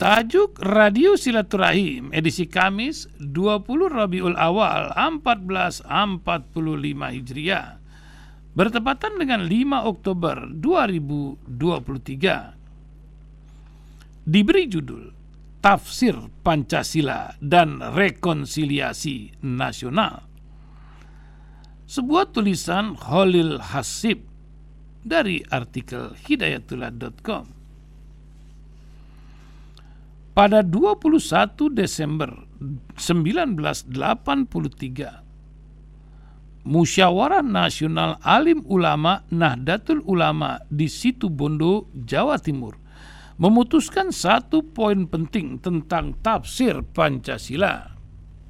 Tajuk Radio Silaturahim edisi Kamis 20 Rabiul Awal 1445 Hijriah bertepatan dengan 5 Oktober 2023. Diberi judul Tafsir Pancasila dan Rekonsiliasi Nasional. Sebuah tulisan Khalil Hasib dari artikel hidayatullah.com. Pada 21 Desember 1983, Musyawarah Nasional Alim Ulama Nahdlatul Ulama di Situbondo, Jawa Timur memutuskan satu poin penting tentang tafsir Pancasila.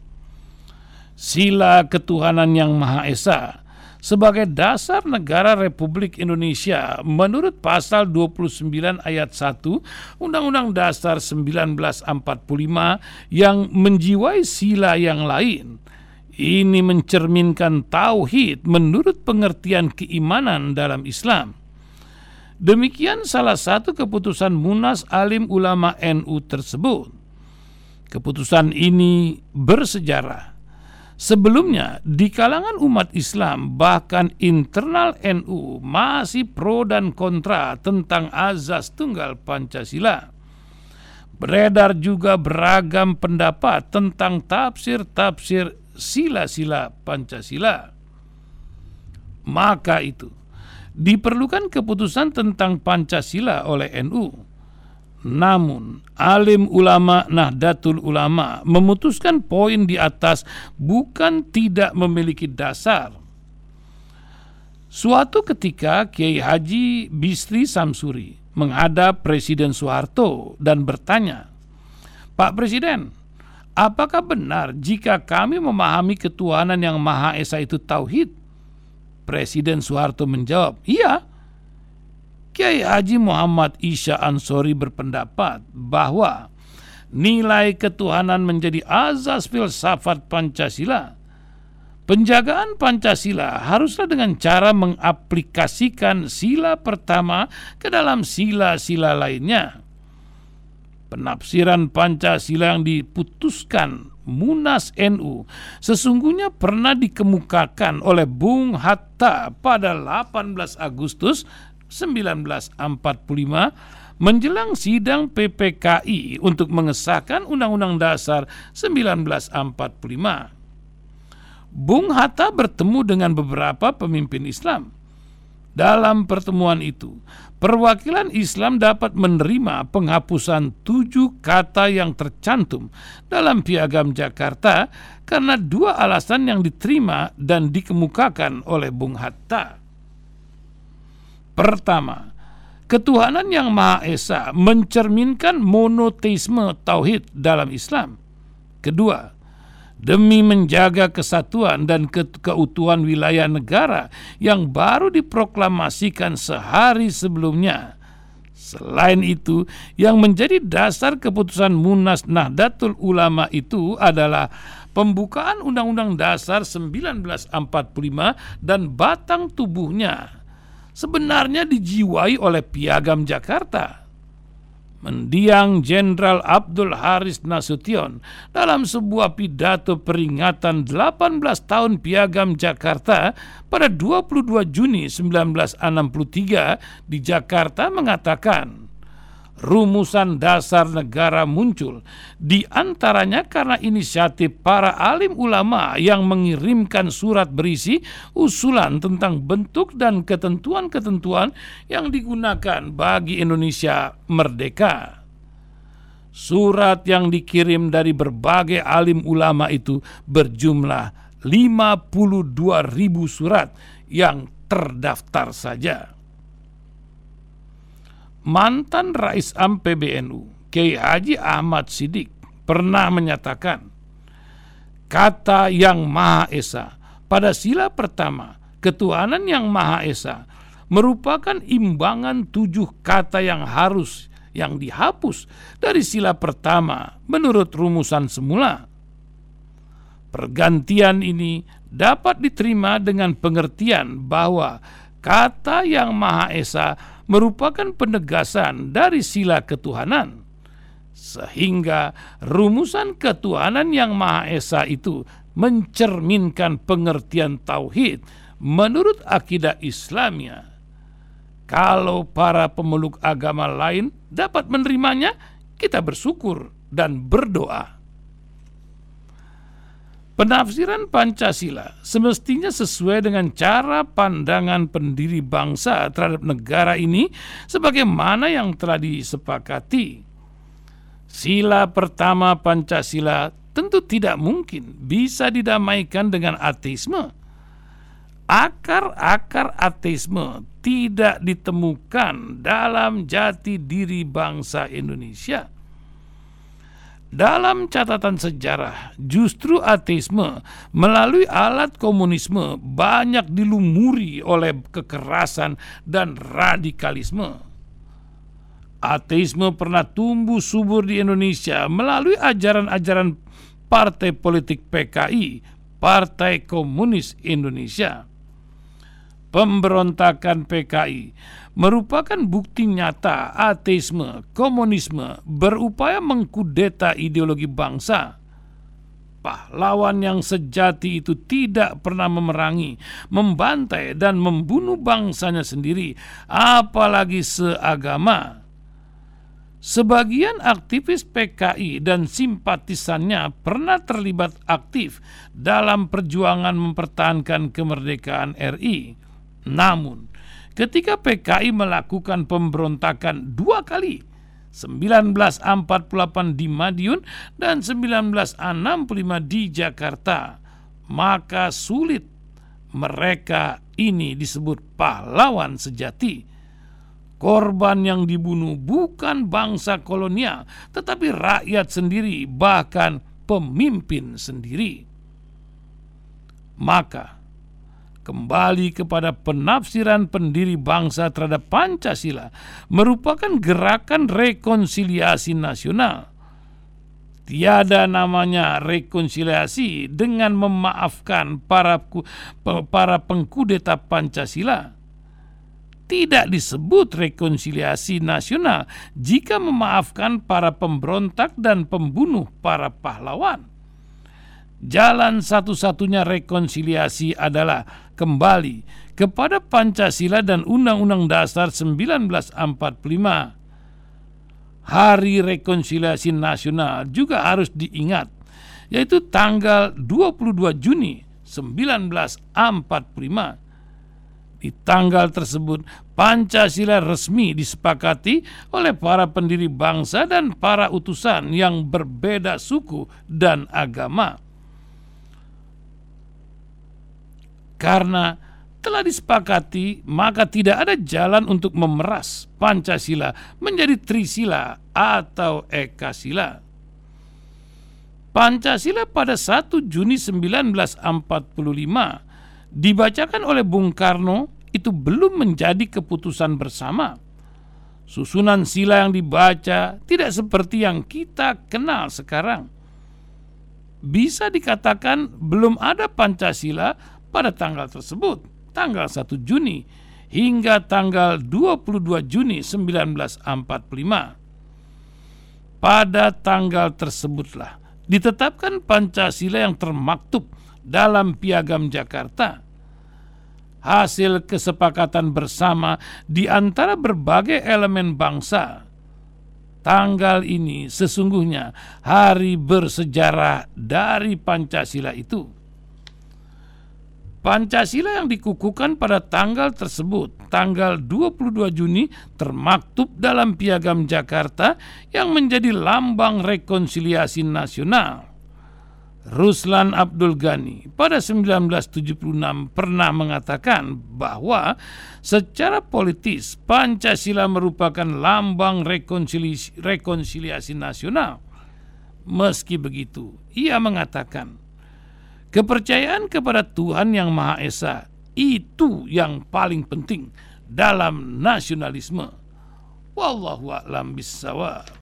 Sila ketuhanan yang Maha Esa sebagai dasar negara Republik Indonesia menurut pasal 29 ayat 1 Undang-Undang Dasar 1945 yang menjiwai sila yang lain. Ini mencerminkan tauhid menurut pengertian keimanan dalam Islam. Demikian salah satu keputusan Munas Alim Ulama NU tersebut. Keputusan ini bersejarah. Sebelumnya, di kalangan umat Islam, bahkan internal NU masih pro dan kontra tentang azas tunggal Pancasila. Beredar juga beragam pendapat tentang tafsir-tafsir sila-sila Pancasila. Maka itu, diperlukan keputusan tentang Pancasila oleh NU. Namun, Alim Ulama Nahdlatul Ulama memutuskan poin di atas bukan tidak memiliki dasar. Suatu ketika Kiai Haji Bisri Samsuri menghadap Presiden Soeharto dan bertanya, "Pak Presiden, apakah benar jika kami memahami ketuhanan yang Maha Esa itu tauhid?" Presiden Soeharto menjawab, "Iya." Kiai Haji Muhammad Isya Ansori berpendapat bahwa nilai ketuhanan menjadi azas filsafat Pancasila. Penjagaan Pancasila haruslah dengan cara mengaplikasikan sila pertama ke dalam sila-sila lainnya. Penafsiran Pancasila yang diputuskan Munas NU sesungguhnya pernah dikemukakan oleh Bung Hatta pada 18 Agustus 1945 menjelang sidang PPKI untuk mengesahkan Undang-Undang Dasar 1945. Bung Hatta bertemu dengan beberapa pemimpin Islam. Dalam pertemuan itu, perwakilan Islam dapat menerima penghapusan 7 kata yang tercantum dalam Piagam Jakarta karena 2 alasan yang diterima dan dikemukakan oleh Bung Hatta. Pertama, ketuhanan yang Maha Esa mencerminkan monoteisme tauhid dalam Islam. Kedua, demi menjaga kesatuan dan keutuhan wilayah negara yang baru diproklamasikan sehari sebelumnya. Selain itu, yang menjadi dasar keputusan Munas Nahdlatul Ulama itu adalah pembukaan Undang-Undang Dasar 1945 dan batang tubuhnya sebenarnya dijiwai oleh Piagam Jakarta. Mendiang Jenderal Abdul Haris Nasution dalam sebuah pidato peringatan 18 tahun Piagam Jakarta pada 22 Juni 1963 di Jakarta mengatakan, rumusan dasar negara muncul di antaranya karena inisiatif para alim ulama yang mengirimkan surat berisi usulan tentang bentuk dan ketentuan-ketentuan yang digunakan bagi Indonesia merdeka. Surat yang dikirim dari berbagai alim ulama itu berjumlah 52.000 surat yang terdaftar saja. Mantan Rais Am PBNU, Kiai Haji Ahmad Siddiq, pernah menyatakan, kata yang Maha Esa pada sila pertama, ketuhanan yang Maha Esa, merupakan imbangan 7 kata yang dihapus dari sila pertama menurut rumusan semula. Pergantian ini dapat diterima dengan pengertian bahwa kata yang Maha Esa merupakan penegasan dari sila ketuhanan. sehingga rumusan ketuhanan yang Maha Esa itu mencerminkan pengertian tauhid menurut akidah Islamnya. Kalau para pemeluk agama lain dapat menerimanya, kita bersyukur dan berdoa. Penafsiran Pancasila semestinya sesuai dengan cara pandangan pendiri bangsa terhadap negara ini sebagaimana yang telah disepakati. Sila pertama Pancasila tentu tidak mungkin bisa didamaikan dengan ateisme. Akar-akar ateisme tidak ditemukan dalam jati diri bangsa Indonesia. Dalam catatan sejarah, justru ateisme melalui alat komunisme banyak dilumuri oleh kekerasan dan radikalisme. Ateisme pernah tumbuh subur di Indonesia melalui ajaran-ajaran partai politik PKI, Partai Komunis Indonesia. Pemberontakan PKI merupakan bukti nyata ateisme, komunisme berupaya mengkudeta ideologi bangsa. Pahlawan yang sejati itu tidak pernah memerangi, membantai dan membunuh bangsanya sendiri, apalagi seagama. Sebagian aktivis PKI dan simpatisannya pernah terlibat aktif dalam perjuangan mempertahankan kemerdekaan RI. Namun, ketika PKI melakukan pemberontakan 2 kali, 1948 di Madiun dan 1965 di Jakarta, maka sulit mereka ini disebut pahlawan sejati. Korban yang dibunuh bukan bangsa kolonial, tetapi rakyat sendiri, bahkan pemimpin sendiri. Maka, kembali kepada penafsiran pendiri bangsa terhadap Pancasila merupakan gerakan rekonsiliasi nasional. Tiada namanya rekonsiliasi dengan memaafkan para pengkudeta Pancasila. Tidak disebut rekonsiliasi nasional jika memaafkan para pemberontak dan pembunuh para pahlawan. Jalan satu-satunya rekonsiliasi adalah kembali kepada Pancasila dan Undang-Undang Dasar 1945. Hari rekonsiliasi nasional juga harus diingat, yaitu tanggal 22 Juni 1945. Di tanggal tersebut, Pancasila resmi disepakati oleh para pendiri bangsa dan para utusan yang berbeda suku dan agama. Karena telah disepakati, maka tidak ada jalan untuk memeras Pancasila menjadi Trisila atau Ekasila. Pancasila pada 1 Juni 1945 dibacakan oleh Bung Karno itu belum menjadi keputusan bersama. Susunan sila yang dibaca tidak seperti yang kita kenal sekarang. Bisa dikatakan belum ada Pancasila pada tanggal tersebut, tanggal 1 Juni hingga tanggal 22 Juni 1945. Pada tanggal tersebutlah ditetapkan Pancasila yang termaktub dalam Piagam Jakarta. Hasil kesepakatan bersama di antara berbagai elemen bangsa. Tanggal ini sesungguhnya hari bersejarah dari Pancasila itu. Pancasila yang dikukuhkan pada tanggal tersebut, tanggal 22 Juni, termaktub dalam Piagam Jakarta yang menjadi lambang rekonsiliasi nasional. Ruslan Abdul Ghani pada 1976 pernah mengatakan bahwa secara politis Pancasila merupakan lambang rekonsiliasi nasional. Meski begitu, ia mengatakan, kepercayaan kepada Tuhan Yang Maha Esa itu yang paling penting dalam nasionalisme. Wallahu a'lam bishawab.